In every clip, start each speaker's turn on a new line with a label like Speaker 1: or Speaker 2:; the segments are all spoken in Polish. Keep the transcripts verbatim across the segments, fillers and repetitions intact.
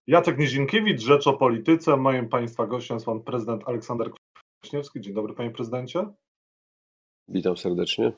Speaker 1: Jacek Nizinkiewicz, Rzecz o Polityce. Moim Państwa gościem jest Pan Prezydent Aleksander Kwaśniewski. Dzień dobry, Panie Prezydencie.
Speaker 2: Witam serdecznie.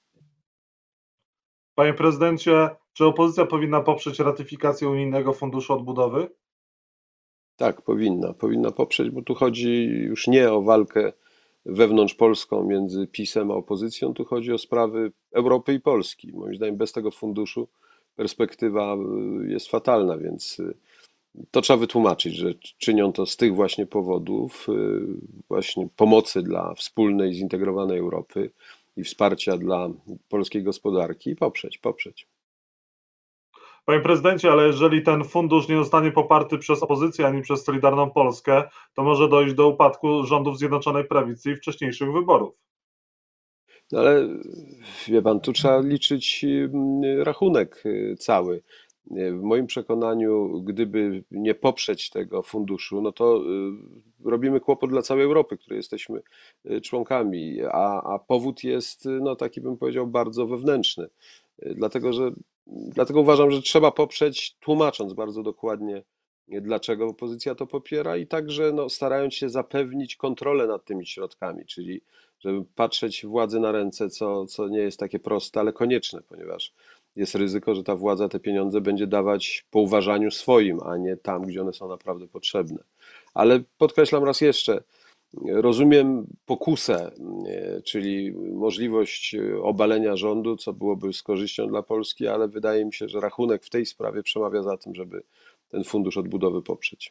Speaker 1: Panie Prezydencie, czy opozycja powinna poprzeć ratyfikację Unijnego Funduszu Odbudowy?
Speaker 2: Tak, powinna. Powinna poprzeć, bo tu chodzi już nie o walkę wewnątrzpolską między PiS-em a opozycją, tu chodzi o sprawy Europy i Polski. Moim zdaniem bez tego funduszu perspektywa jest fatalna, więc to trzeba wytłumaczyć, że czynią to z tych właśnie powodów, właśnie pomocy dla wspólnej, zintegrowanej Europy i wsparcia dla polskiej gospodarki i poprzeć, poprzeć.
Speaker 1: Panie Prezydencie, ale jeżeli ten fundusz nie zostanie poparty przez opozycję ani przez Solidarną Polskę, to może dojść do upadku rządów Zjednoczonej Prawicy i wcześniejszych wyborów.
Speaker 2: No ale wie pan, tu trzeba liczyć rachunek cały. W moim przekonaniu, gdyby nie poprzeć tego funduszu, no to robimy kłopot dla całej Europy, której jesteśmy członkami, a, a powód jest, no taki bym powiedział, bardzo wewnętrzny. Dlatego, że, dlatego uważam, że trzeba poprzeć, tłumacząc bardzo dokładnie, dlaczego opozycja to popiera i także no, starając się zapewnić kontrolę nad tymi środkami, czyli żeby patrzeć władzy na ręce, co, co nie jest takie proste, ale konieczne, ponieważ jest ryzyko, że ta władza te pieniądze będzie dawać po uważaniu swoim, a nie tam, gdzie one są naprawdę potrzebne. Ale podkreślam raz jeszcze, rozumiem pokusę, czyli możliwość obalenia rządu, co byłoby z korzyścią dla Polski, ale wydaje mi się, że rachunek w tej sprawie przemawia za tym, żeby ten fundusz odbudowy poprzeć.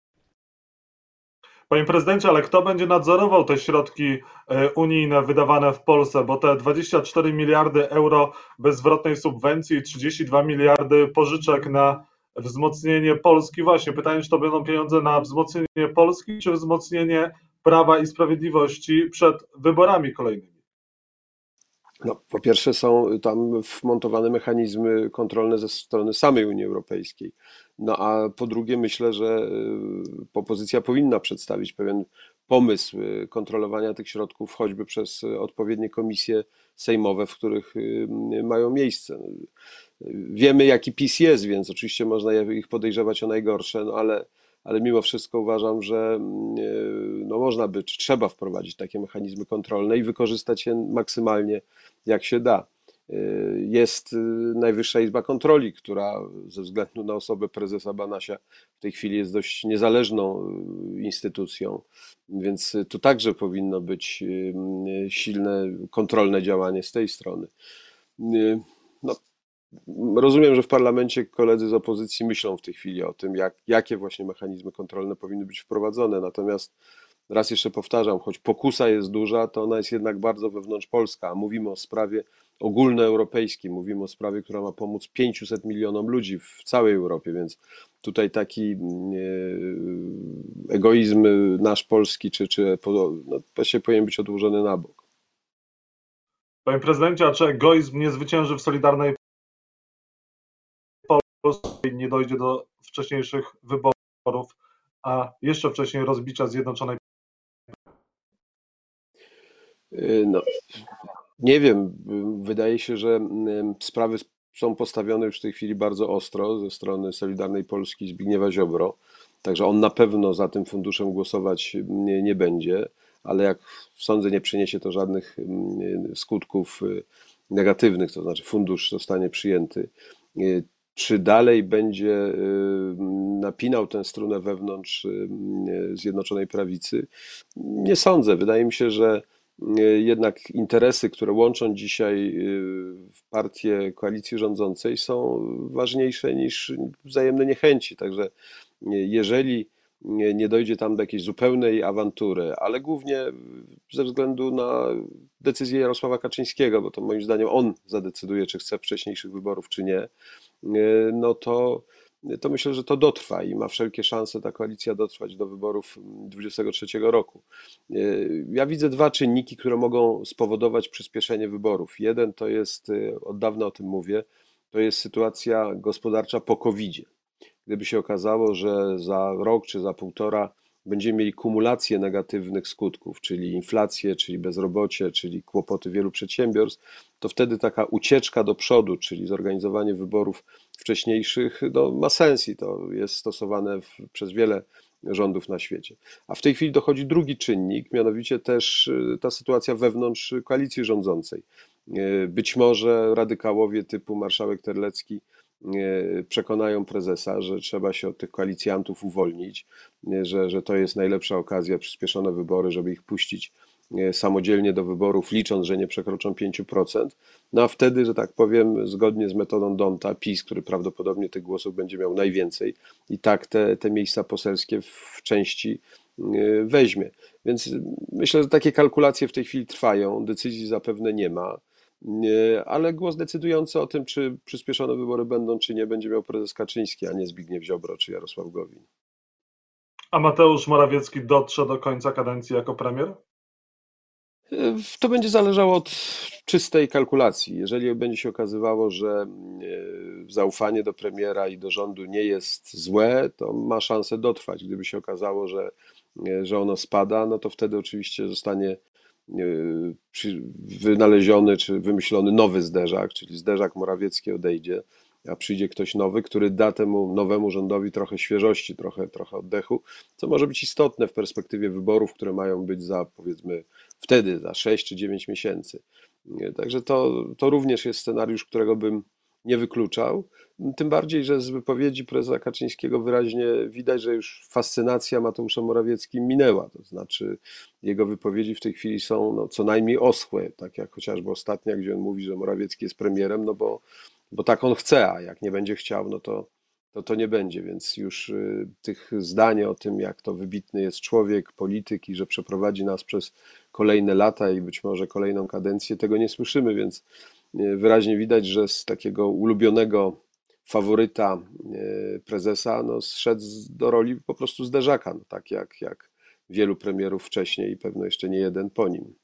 Speaker 1: Panie Prezydencie, ale kto będzie nadzorował te środki unijne wydawane w Polsce, bo te dwadzieścia cztery miliardy euro bezzwrotnej subwencji i trzydzieści dwa miliardy pożyczek na wzmocnienie Polski. Właśnie pytanie, czy to będą pieniądze na wzmocnienie Polski, czy wzmocnienie Prawa i Sprawiedliwości przed wyborami kolejnymi?
Speaker 2: No, po pierwsze są tam wmontowane mechanizmy kontrolne ze strony samej Unii Europejskiej. No a po drugie myślę, że opozycja powinna przedstawić pewien pomysł kontrolowania tych środków, choćby przez odpowiednie komisje sejmowe, w których mają miejsce. Wiemy, jaki PiS jest, więc oczywiście można ich podejrzewać o najgorsze, no ale, ale mimo wszystko uważam, że no można by, czy trzeba wprowadzić takie mechanizmy kontrolne i wykorzystać je maksymalnie, jak się da. Jest Najwyższa Izba Kontroli, która ze względu na osobę prezesa Banasia w tej chwili jest dość niezależną instytucją, więc tu także powinno być silne kontrolne działanie z tej strony. No, rozumiem, że w parlamencie koledzy z opozycji myślą w tej chwili o tym, jak, jakie właśnie mechanizmy kontrolne powinny być wprowadzone, natomiast raz jeszcze powtarzam, choć pokusa jest duża, to ona jest jednak bardzo wewnątrzpolska, a mówimy o sprawie ogólnoeuropejskiej, mówimy o sprawie, która ma pomóc pięciuset milionom ludzi w całej Europie, więc tutaj taki egoizm nasz polski, czy, czy no, właściwie powinien być odłożony na bok.
Speaker 1: Panie Prezydencie, a czy egoizm nie zwycięży w Solidarnej Polsce i nie dojdzie do wcześniejszych wyborów, a jeszcze wcześniej rozbicia Zjednoczonej
Speaker 2: No, nie wiem, wydaje się, że sprawy są postawione już w tej chwili bardzo ostro ze strony Solidarnej Polski Zbigniewa Ziobro, także on na pewno za tym funduszem głosować nie, nie będzie, ale jak sądzę, nie przyniesie to żadnych skutków negatywnych, to znaczy fundusz zostanie przyjęty. Czy dalej będzie napinał tę strunę wewnątrz Zjednoczonej Prawicy? Nie sądzę. Wydaje mi się, że jednak interesy, które łączą dzisiaj partie koalicji rządzącej, są ważniejsze niż wzajemne niechęci. Także jeżeli nie dojdzie tam do jakiejś zupełnej awantury, ale głównie ze względu na decyzję Jarosława Kaczyńskiego, bo to moim zdaniem on zadecyduje, czy chce wcześniejszych wyborów, czy nie, no to, to myślę, że to dotrwa i ma wszelkie szanse ta koalicja dotrwać do wyborów dwudziestego trzeciego roku. Ja widzę dwa czynniki, które mogą spowodować przyspieszenie wyborów. Jeden to jest, od dawna o tym mówię, to jest sytuacja gospodarcza po kowidzie. Gdyby się okazało, że za rok czy za półtora będziemy mieli kumulację negatywnych skutków, czyli inflację, czyli bezrobocie, czyli kłopoty wielu przedsiębiorstw, to wtedy taka ucieczka do przodu, czyli zorganizowanie wyborów wcześniejszych, no, ma sens i to jest stosowane w, przez wiele rządów na świecie. A w tej chwili dochodzi drugi czynnik, mianowicie też y, ta sytuacja wewnątrz koalicji rządzącej. Y, Być może radykałowie typu marszałek Terlecki y, przekonają prezesa, że trzeba się od tych koalicjantów uwolnić, y, że, że to jest najlepsza okazja, przyspieszone wybory, żeby ich puścić y, samodzielnie do wyborów, licząc, że nie przekroczą pięć procent. No a wtedy, że tak powiem, zgodnie z metodą Donta, PiS, który prawdopodobnie tych głosów będzie miał najwięcej, i tak te, te miejsca poselskie w części y, weźmie. Więc myślę, że takie kalkulacje w tej chwili trwają, decyzji zapewne nie ma, y, ale głos decydujący o tym, czy przyspieszone wybory będą, czy nie, będzie miał prezes Kaczyński, a nie Zbigniew Ziobro czy Jarosław Gowin.
Speaker 1: A Mateusz Morawiecki dotrze do końca kadencji jako premier?
Speaker 2: To będzie zależało od czystej kalkulacji. Jeżeli będzie się okazywało, że e, zaufanie do premiera i do rządu nie jest złe, to ma szansę dotrwać. Gdyby się okazało, że, e, że ono spada, no to wtedy oczywiście zostanie e, przy- wynaleziony czy wymyślony nowy zderzak, czyli zderzak Morawiecki odejdzie, a przyjdzie ktoś nowy, który da temu nowemu rządowi trochę świeżości, trochę, trochę oddechu, co może być istotne w perspektywie wyborów, które mają być za, powiedzmy, wtedy, za sześć czy dziewięć miesięcy. Nie, Także to, to również jest scenariusz, którego bym nie wykluczał. Tym bardziej, że z wypowiedzi prezesa Kaczyńskiego wyraźnie widać, że już fascynacja Mateuszem Morawieckim minęła. To znaczy, jego wypowiedzi w tej chwili są no, co najmniej oschłe, tak jak chociażby ostatnia, gdzie on mówi, że Morawiecki jest premierem, no bo, bo tak on chce, a jak nie będzie chciał, no to, to to nie będzie. Więc już y, tych zdań o tym, jak to wybitny jest człowiek, polityk i że przeprowadzi nas przez kolejne lata i być może kolejną kadencję, tego nie słyszymy, więc e, wyraźnie widać, że z takiego ulubionego faworyta e, prezesa no, zszedł z- do roli po prostu zderzaka, no, tak jak, jak wielu premierów wcześniej i pewno jeszcze nie jeden po nim.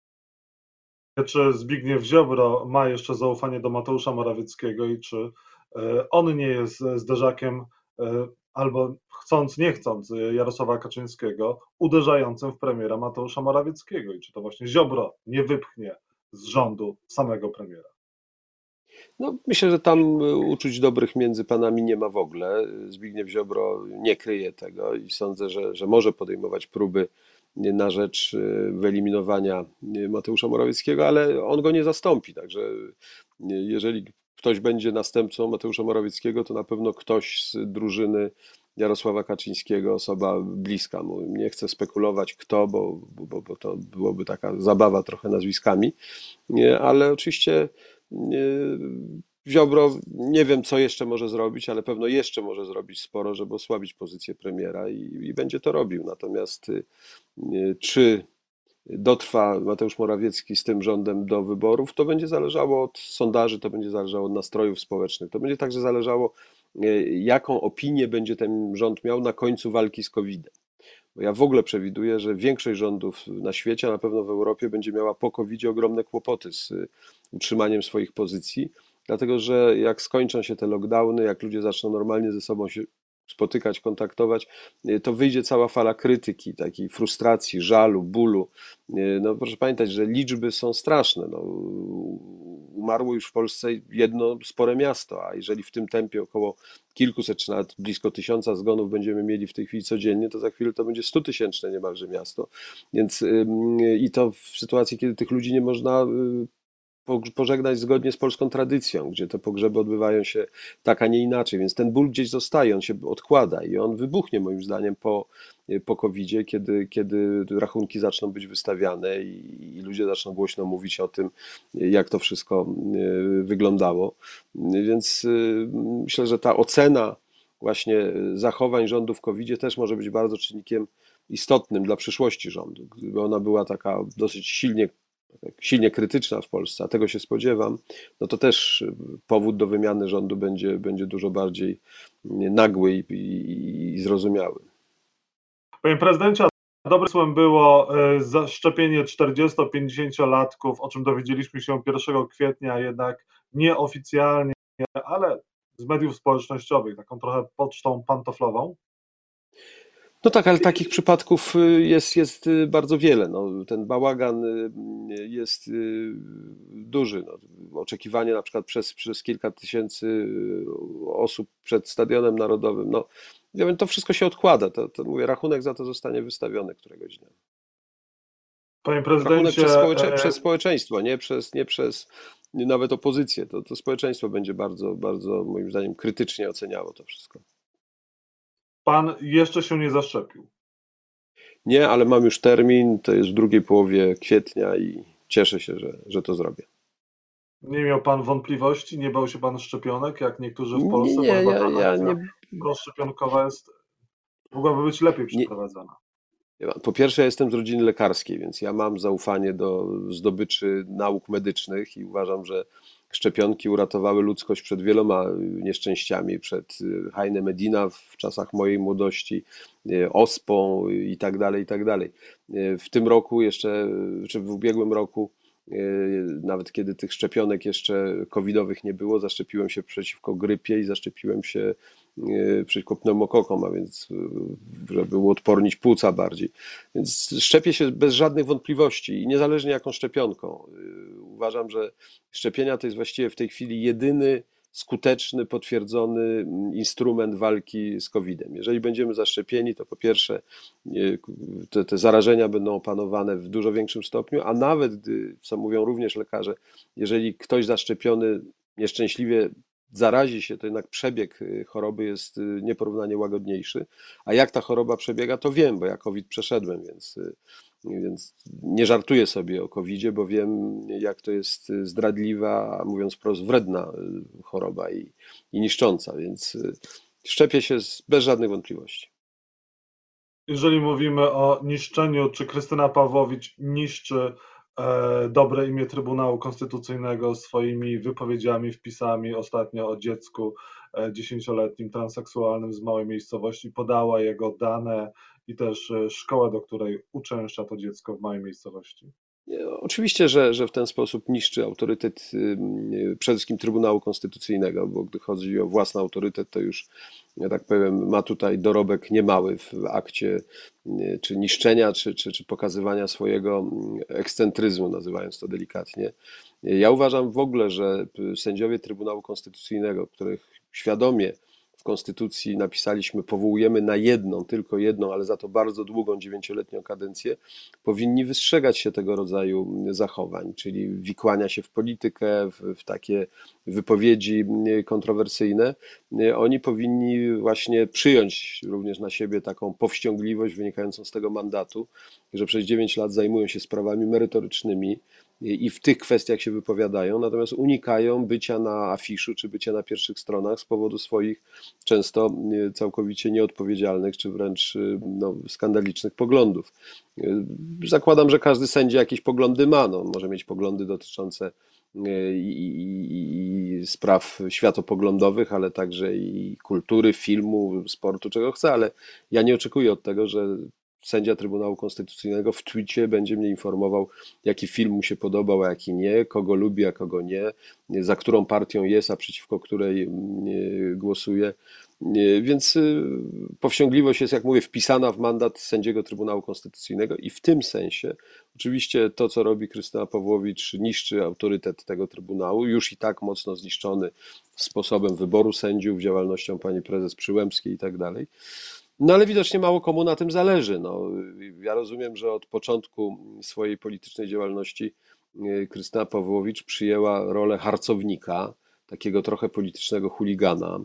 Speaker 1: Czy Zbigniew Ziobro ma jeszcze zaufanie do Mateusza Morawieckiego i czy e, on nie jest zderzakiem e, albo chcąc, nie chcąc e, Jarosława Kaczyńskiego, uderzającym w premiera Mateusza Morawieckiego i czy to właśnie Ziobro nie wypchnie z rządu samego premiera?
Speaker 2: No, myślę, że tam y, uczuć dobrych między panami nie ma w ogóle. Zbigniew Ziobro nie kryje tego i sądzę, że, że może podejmować próby y, na rzecz y, wyeliminowania y, Mateusza Morawieckiego, ale on go nie zastąpi. Także y, jeżeli ktoś będzie następcą Mateusza Morawieckiego, to na pewno ktoś z drużyny Jarosława Kaczyńskiego, osoba bliska mu. Nie chcę spekulować kto, bo, bo, bo to byłoby taka zabawa trochę nazwiskami, nie, ale oczywiście nie, Ziobro nie wiem, co jeszcze może zrobić, ale pewno jeszcze może zrobić sporo, żeby osłabić pozycję premiera i, i będzie to robił. Natomiast y, y, czy dotrwa Mateusz Morawiecki z tym rządem do wyborów, to będzie zależało od sondaży, to będzie zależało od nastrojów społecznych, to będzie także zależało, y, jaką opinię będzie ten rząd miał na końcu walki z kowidem. Bo ja w ogóle przewiduję, że większość rządów na świecie, a na pewno w Europie, będzie miała po kowidzie ogromne kłopoty z y, utrzymaniem swoich pozycji, dlatego że jak skończą się te lockdowny, jak ludzie zaczną normalnie ze sobą się spotykać, kontaktować, y, to wyjdzie cała fala krytyki, takiej frustracji, żalu, bólu. Y, No proszę pamiętać, że liczby są straszne. No, umarło już w Polsce jedno spore miasto, a jeżeli w tym tempie około kilkuset czy nawet blisko tysiąca zgonów będziemy mieli w tej chwili codziennie, to za chwilę to będzie stutysięczne niemalże miasto. Więc ym, i to w sytuacji, kiedy tych ludzi nie można y, po- pożegnać zgodnie z polską tradycją, gdzie te pogrzeby odbywają się tak, a nie inaczej. Więc ten ból gdzieś zostaje, on się odkłada i on wybuchnie moim zdaniem po, po kowidzie, kiedy, kiedy rachunki zaczną być wystawiane i, i ludzie zaczną głośno mówić o tym, jak to wszystko y, wyglądało. Więc y, myślę, że ta ocena właśnie zachowań rządu w kowidzie też może być bardzo czynnikiem istotnym dla przyszłości rządu. Gdyby ona była taka dosyć silnie tak silnie krytyczna w Polsce, a tego się spodziewam, no to też powód do wymiany rządu będzie, będzie dużo bardziej nagły i, i, i zrozumiały.
Speaker 1: Panie prezydencie, a dobrym pomysłem było e, zaszczepienie czterdziesto-pięćdziesięciolatków, o czym dowiedzieliśmy się pierwszego kwietnia, jednak nieoficjalnie, ale z mediów społecznościowych, taką trochę pocztą pantoflową.
Speaker 2: No tak, ale takich przypadków y, jest, jest y, bardzo wiele. No, ten bałagan y, y, jest y, duży. No, oczekiwanie na przykład przez, przez kilka tysięcy y, osób przed Stadionem Narodowym. No, ja wiem, to wszystko się odkłada. To, to mówię, rachunek za to zostanie wystawiony któregoś dnia.
Speaker 1: Panie
Speaker 2: Rachunek
Speaker 1: prezydencie,
Speaker 2: przez społecze,
Speaker 1: e,
Speaker 2: przez społeczeństwo, nie przez, nie przez nawet opozycję. To, to społeczeństwo będzie bardzo, bardzo moim zdaniem krytycznie oceniało to wszystko.
Speaker 1: pan jeszcze się nie zaszczepił.
Speaker 2: Nie, ale mam już termin, to jest w drugiej połowie kwietnia i cieszę się, że, że to zrobię.
Speaker 1: Nie miał pan wątpliwości, nie bał się pan szczepionek, jak niektórzy w
Speaker 2: Nie,
Speaker 1: Polsce, bo
Speaker 2: nie,
Speaker 1: chyba
Speaker 2: ja,
Speaker 1: ta
Speaker 2: ja
Speaker 1: akcja
Speaker 2: nie,
Speaker 1: proszczepionkowa jest, mogłaby być lepiej
Speaker 2: nie.
Speaker 1: przeprowadzona.
Speaker 2: Ja- Po pierwsze, ja jestem z rodziny lekarskiej, więc ja mam zaufanie do zdobyczy nauk medycznych i uważam, że szczepionki uratowały ludzkość przed wieloma nieszczęściami, przed y, Hajne Medina w czasach mojej młodości, y, ospą i tak dalej, i tak dalej. Y, W tym roku jeszcze, czy w ubiegłym roku, y, nawet kiedy tych szczepionek jeszcze covidowych nie było, zaszczepiłem się przeciwko grypie i zaszczepiłem się y, przeciwko pneumokokom, a więc y, żeby uodpornić płuca bardziej. Więc szczepię się bez żadnych wątpliwości i niezależnie jaką szczepionką. Y, Uważam, że szczepienia to jest właściwie w tej chwili jedyny skuteczny, potwierdzony mm, instrument walki z kowidem. Jeżeli będziemy zaszczepieni, to po pierwsze y, te, te zarażenia będą opanowane w dużo większym stopniu, a nawet, gdy, co mówią również lekarze, jeżeli ktoś zaszczepiony nieszczęśliwie zarazi się, to jednak przebieg y, choroby jest y, nieporównanie łagodniejszy. A jak ta choroba przebiega, to wiem, bo ja COVID przeszedłem, więc, y, więc nie żartuję sobie o kowidzie, bo wiem, jak to jest y, zdradliwa, a mówiąc wprost, wredna y, choroba i, i niszcząca, więc y, szczepię się z, bez żadnych wątpliwości.
Speaker 1: Jeżeli mówimy o niszczeniu, czy Krystyna Pawłowicz niszczy e, dobre imię Trybunału Konstytucyjnego swoimi wypowiedziami, wpisami ostatnio o dziecku e, dziesięcioletnim transseksualnym z małej miejscowości, podała jego dane i też e, szkołę, do której uczęszcza to dziecko w małej miejscowości.
Speaker 2: Nie, oczywiście, że, że w ten sposób niszczy autorytet y, przede wszystkim Trybunału Konstytucyjnego, bo gdy chodzi o własny autorytet, to już, ja tak powiem, ma tutaj dorobek niemały w akcie y, czy niszczenia, czy, czy, czy pokazywania swojego y, ekscentryzmu, nazywając to delikatnie. Ja uważam w ogóle, że sędziowie Trybunału Konstytucyjnego, których świadomie w Konstytucji napisaliśmy, powołujemy na jedną, tylko jedną, ale za to bardzo długą, dziewięcioletnią kadencję, powinni wystrzegać się tego rodzaju zachowań, czyli wikłania się w politykę, w, w takie wypowiedzi kontrowersyjne. Oni powinni właśnie przyjąć również na siebie taką powściągliwość wynikającą z tego mandatu, że przez dziewięć lat zajmują się sprawami merytorycznymi i w tych kwestiach się wypowiadają, natomiast unikają bycia na afiszu czy bycia na pierwszych stronach z powodu swoich często całkowicie nieodpowiedzialnych czy wręcz no, skandalicznych poglądów. Zakładam, że każdy sędzia jakieś poglądy ma. No, może mieć poglądy dotyczące i, i, i spraw światopoglądowych, ale także i kultury, filmu, sportu, czego chce, ale ja nie oczekuję od tego, że sędzia Trybunału Konstytucyjnego w twicie będzie mnie informował, jaki film mu się podobał, a jaki nie, kogo lubi, a kogo nie, za którą partią jest, a przeciwko której głosuje. Więc powściągliwość jest, jak mówię, wpisana w mandat sędziego Trybunału Konstytucyjnego i w tym sensie oczywiście to, co robi Krystyna Pawłowicz, niszczy autorytet tego Trybunału, już i tak mocno zniszczony sposobem wyboru sędziów, działalnością pani prezes Przyłębskiej i tak dalej. No ale widocznie mało komu na tym zależy. No, ja rozumiem, że od początku swojej politycznej działalności y, Krystyna Pawłowicz przyjęła rolę harcownika, takiego trochę politycznego chuligana.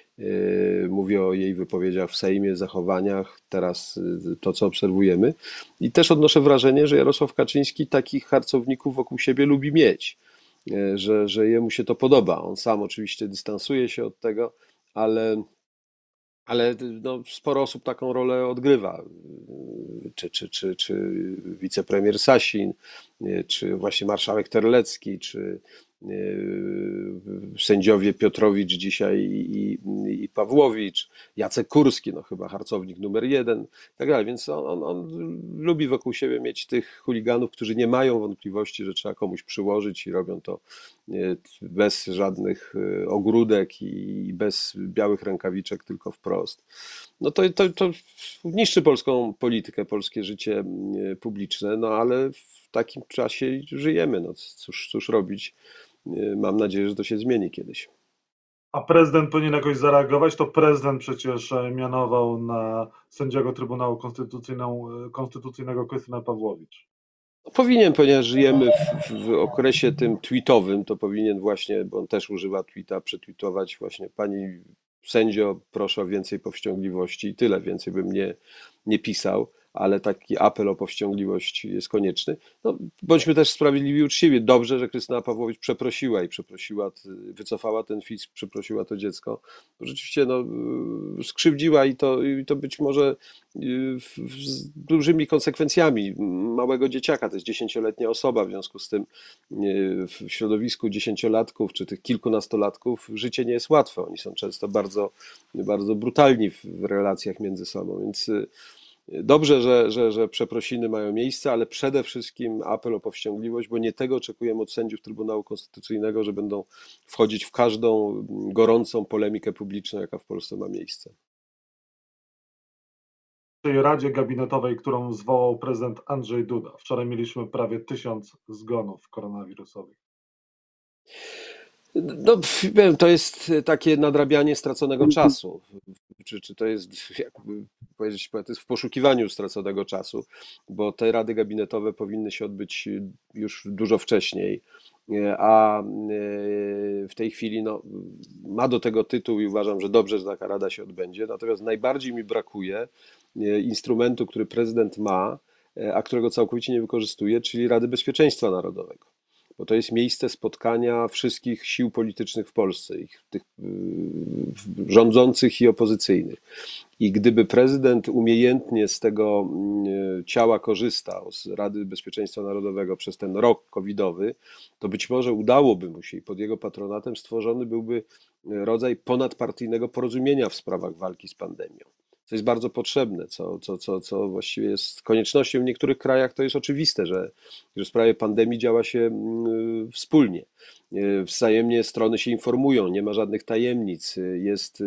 Speaker 2: Y, Mówię o jej wypowiedziach w Sejmie, zachowaniach, teraz y, to, co obserwujemy. I też odnoszę wrażenie, że Jarosław Kaczyński takich harcowników wokół siebie lubi mieć, y, że, że jemu się to podoba. On sam oczywiście dystansuje się od tego, ale ale no, sporo osób taką rolę odgrywa. Czy, czy, czy, czy wicepremier Sasin, czy właśnie marszałek Terlecki, czy sędziowie Piotrowicz dzisiaj i, i Pawłowicz, Jacek Kurski, no chyba harcownik numer jeden, i tak dalej. Więc on, on, on lubi wokół siebie mieć tych chuliganów, którzy nie mają wątpliwości, że trzeba komuś przyłożyć i robią to bez żadnych ogródek i bez białych rękawiczek, tylko wprost. No to, to, to niszczy polską politykę, polskie życie publiczne, no ale w takim czasie żyjemy. No cóż, cóż robić? Mam nadzieję, że to się zmieni kiedyś.
Speaker 1: A prezydent powinien jakoś zareagować? To prezydent przecież e, mianował na sędziego Trybunału Konstytucyjną, Konstytucyjnego Krystyna Pawłowicz.
Speaker 2: Powinien, ponieważ żyjemy w, w okresie tym tweetowym, to powinien właśnie, bo on też używa tweeta, przetweetować właśnie: pani sędzio, proszę o więcej powściągliwości i tyle, więcej bym nie, nie pisał, ale taki apel o powściągliwość jest konieczny. No, bądźmy też sprawiedliwi i uczciwi. Dobrze, że Krystyna Pawłowicz przeprosiła i przeprosiła, wycofała ten wpis, przeprosiła to dziecko, bo rzeczywiście no, skrzywdziła i to, i to być może z dużymi konsekwencjami małego dzieciaka. To jest dziesięcioletnia osoba, w związku z tym w środowisku dziesięciolatków czy tych kilkunastolatków życie nie jest łatwe. Oni są często bardzo, bardzo brutalni w relacjach między sobą, więc dobrze, że, że, że przeprosiny mają miejsce, ale przede wszystkim apel o powściągliwość, bo nie tego oczekujemy od sędziów Trybunału Konstytucyjnego, że będą wchodzić w każdą gorącą polemikę publiczną, jaka w Polsce ma miejsce.
Speaker 1: W tej radzie gabinetowej, którą zwołał prezydent Andrzej Duda, wczoraj mieliśmy prawie tysiąc zgonów koronawirusowych.
Speaker 2: No, wiem, to jest takie nadrabianie straconego czasu. Czy, czy to jest, jakby powiedzieć, to jest w poszukiwaniu straconego czasu, bo te rady gabinetowe powinny się odbyć już dużo wcześniej, a w tej chwili no, ma do tego tytuł i uważam, że dobrze, że taka rada się odbędzie. Natomiast najbardziej mi brakuje instrumentu, który prezydent ma, a którego całkowicie nie wykorzystuje, czyli Rady Bezpieczeństwa Narodowego. Bo to jest miejsce spotkania wszystkich sił politycznych w Polsce, ich, tych rządzących i opozycyjnych. I gdyby prezydent umiejętnie z tego ciała korzystał, z Rady Bezpieczeństwa Narodowego przez ten rok covidowy, to być może udałoby mu się i pod jego patronatem stworzony byłby rodzaj ponadpartyjnego porozumienia w sprawach walki z pandemią. Co jest bardzo potrzebne, co, co, co, co właściwie jest koniecznością. W niektórych krajach to jest oczywiste, że, że w sprawie pandemii działa się wspólnie. Wzajemnie strony się informują, nie ma żadnych tajemnic, jest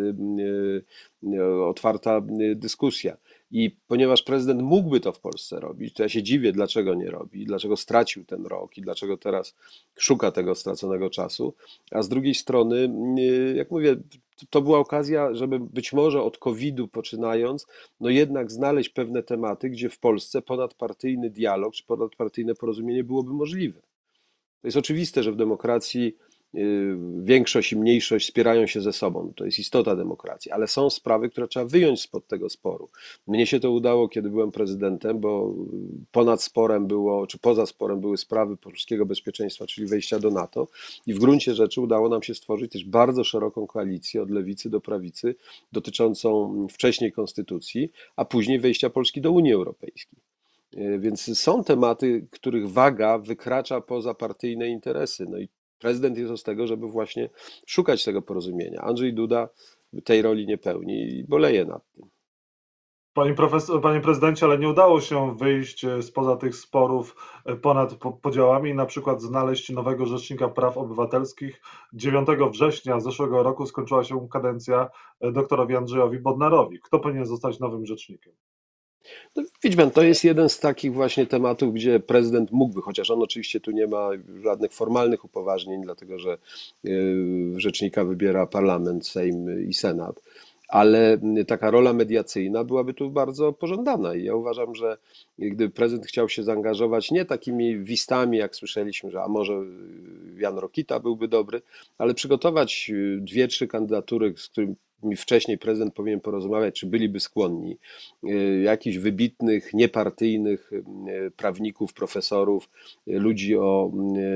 Speaker 2: otwarta dyskusja. I ponieważ prezydent mógłby to w Polsce robić, to ja się dziwię, dlaczego nie robi, dlaczego stracił ten rok i dlaczego teraz szuka tego straconego czasu. A z drugiej strony, jak mówię, to była okazja, żeby być może od kowida poczynając, no jednak znaleźć pewne tematy, gdzie w Polsce ponadpartyjny dialog czy ponadpartyjne porozumienie byłoby możliwe. To jest oczywiste, że w demokracji większość i mniejszość wspierają się ze sobą. To jest istota demokracji, ale są sprawy, które trzeba wyjąć spod tego sporu. Mnie się to udało, kiedy byłem prezydentem, bo ponad sporem było, czy poza sporem były sprawy polskiego bezpieczeństwa, czyli wejścia do NATO, i w gruncie rzeczy udało nam się stworzyć też bardzo szeroką koalicję od lewicy do prawicy dotyczącą wcześniej konstytucji, a później wejścia Polski do Unii Europejskiej. Więc są tematy, których waga wykracza poza partyjne interesy. No i prezydent jest od tego, żeby właśnie szukać tego porozumienia. Andrzej Duda tej roli nie pełni i boleje nad tym.
Speaker 1: Panie, profesor, panie prezydencie, ale nie udało się wyjść spoza tych sporów ponad podziałami i na przykład znaleźć nowego rzecznika praw obywatelskich. dziewiątego września zeszłego roku skończyła się kadencja doktorowi Andrzejowi Bodnarowi. Kto powinien zostać nowym rzecznikiem?
Speaker 2: No, Wiedźman, to jest jeden z takich właśnie tematów, gdzie prezydent mógłby, chociaż on oczywiście tu nie ma żadnych formalnych upoważnień, dlatego że rzecznika wybiera parlament, Sejm i Senat, ale taka rola mediacyjna byłaby tu bardzo pożądana i ja uważam, że gdyby prezydent chciał się zaangażować nie takimi wistami, jak słyszeliśmy, że a może Jan Rokita byłby dobry, ale przygotować dwie, trzy kandydatury, z którymi wcześniej prezydent powinien porozmawiać, czy byliby skłonni, jakichś wybitnych, niepartyjnych prawników, profesorów, ludzi o,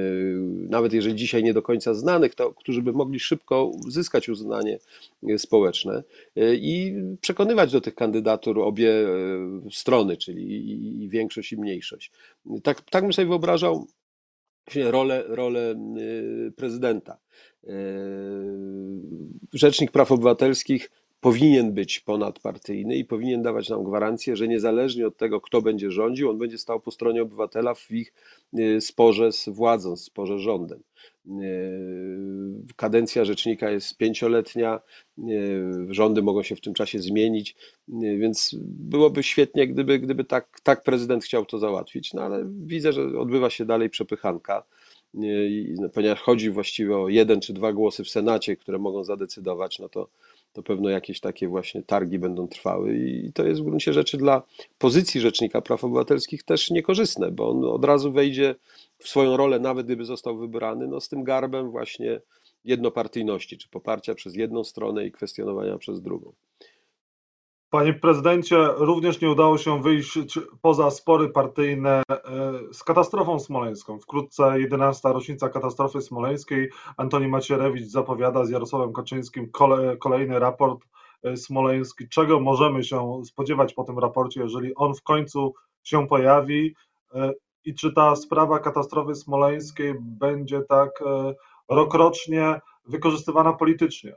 Speaker 2: nawet jeżeli dzisiaj nie do końca znanych, to którzy by mogli szybko uzyskać uznanie społeczne i przekonywać do tych kandydatur obie strony, czyli i większość, i mniejszość. Tak, tak bym sobie wyobrażał właśnie rolę, rolę y, prezydenta. Y, Rzecznik Praw Obywatelskich powinien być ponadpartyjny i powinien dawać nam gwarancję, że niezależnie od tego, kto będzie rządził, on będzie stał po stronie obywatela w ich y, sporze z władzą, sporze z rządem. Y, Kadencja rzecznika jest pięcioletnia, y, rządy mogą się w tym czasie zmienić, y, więc byłoby świetnie, gdyby, gdyby tak, tak prezydent chciał to załatwić. No ale widzę, że odbywa się dalej przepychanka. I ponieważ chodzi właściwie o jeden czy dwa głosy w Senacie, które mogą zadecydować, no to, to pewno jakieś takie właśnie targi będą trwały i to jest w gruncie rzeczy dla pozycji Rzecznika Praw Obywatelskich też niekorzystne, bo on od razu wejdzie w swoją rolę, nawet gdyby został wybrany, no z tym garbem właśnie jednopartyjności, czy poparcia przez jedną stronę i kwestionowania przez drugą.
Speaker 1: Panie prezydencie, również nie udało się wyjść poza spory partyjne e, z katastrofą smoleńską. Wkrótce jedenasta rocznica katastrofy smoleńskiej. Antoni Macierewicz zapowiada z Jarosławem Kaczyńskim kole, kolejny raport e, smoleński. Czego możemy się spodziewać po tym raporcie, jeżeli on w końcu się pojawi? E, I czy ta sprawa katastrofy smoleńskiej będzie tak e, rokrocznie wykorzystywana politycznie?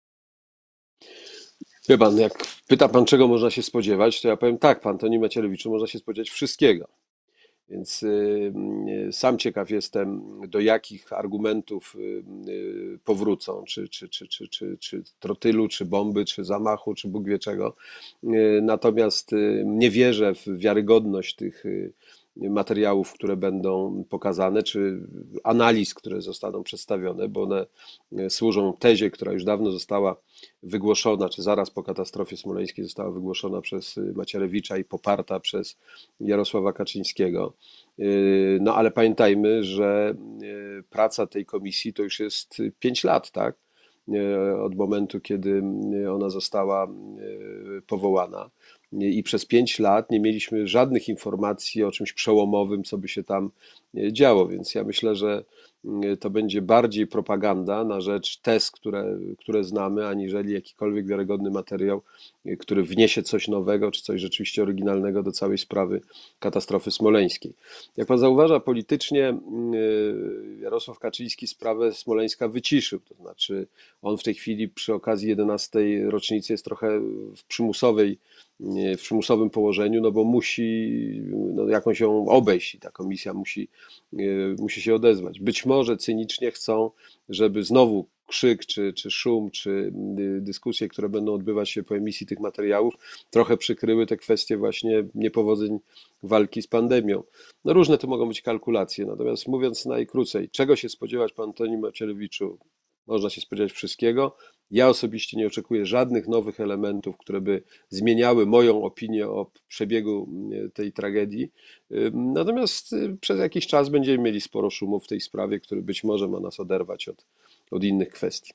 Speaker 2: Wie pan, jak pyta pan, czego można się spodziewać, to ja powiem tak, pan Antoni Macierewiczu, można się spodziewać wszystkiego. Więc y, y, sam ciekaw jestem, do jakich argumentów y, y, powrócą, czy, czy, czy, czy, czy, czy trotylu, czy bomby, czy zamachu, czy Bóg wie czego. Y, Natomiast y, nie wierzę w wiarygodność tych y, materiałów, które będą pokazane, czy analiz, które zostaną przedstawione, bo one y, służą tezie, która już dawno została wygłoszona, czy zaraz po katastrofie smoleńskiej została wygłoszona przez y, Macierewicza i poparta przez Jarosława Kaczyńskiego. Y, No ale pamiętajmy, że y, praca tej komisji to już jest pięć lat, tak? Y, Od momentu, kiedy y, ona została y, powołana. I przez pięć lat nie mieliśmy żadnych informacji o czymś przełomowym, co by się tam y, działo, więc ja myślę, że y, to będzie bardziej propaganda na rzecz tez, które, które znamy, aniżeli jakikolwiek wiarygodny materiał, y, który wniesie coś nowego, czy coś rzeczywiście oryginalnego do całej sprawy katastrofy smoleńskiej. Jak pan zauważa, politycznie y, Jarosław Kaczyński sprawę Smoleńska wyciszył, to znaczy on w tej chwili przy okazji jedenastej rocznicy jest trochę w przymusowej w przymusowym położeniu, no bo musi no, jakąś ją obejść i ta komisja musi, y, musi się odezwać. Być może cynicznie chcą, żeby znowu krzyk, czy, czy szum, czy y, dyskusje, które będą odbywać się po emisji tych materiałów, trochę przykryły te kwestie właśnie niepowodzeń walki z pandemią. No różne to mogą być kalkulacje, natomiast mówiąc najkrócej, czego się spodziewać, pan Antoni Macierewiczu? Można się spodziewać wszystkiego. Ja osobiście nie oczekuję żadnych nowych elementów, które by zmieniały moją opinię o przebiegu y, tej tragedii. Y, Natomiast y, przez jakiś czas będziemy mieli sporo szumu w tej sprawie, który być może ma nas oderwać od, od innych kwestii.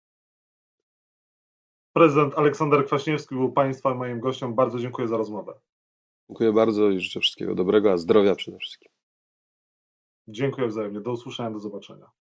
Speaker 1: Prezydent Aleksander Kwaśniewski był państwa i moim gościem. Bardzo dziękuję za rozmowę.
Speaker 2: Dziękuję bardzo i życzę wszystkiego dobrego, a zdrowia przede wszystkim.
Speaker 1: Dziękuję wzajemnie. Do usłyszenia, do zobaczenia.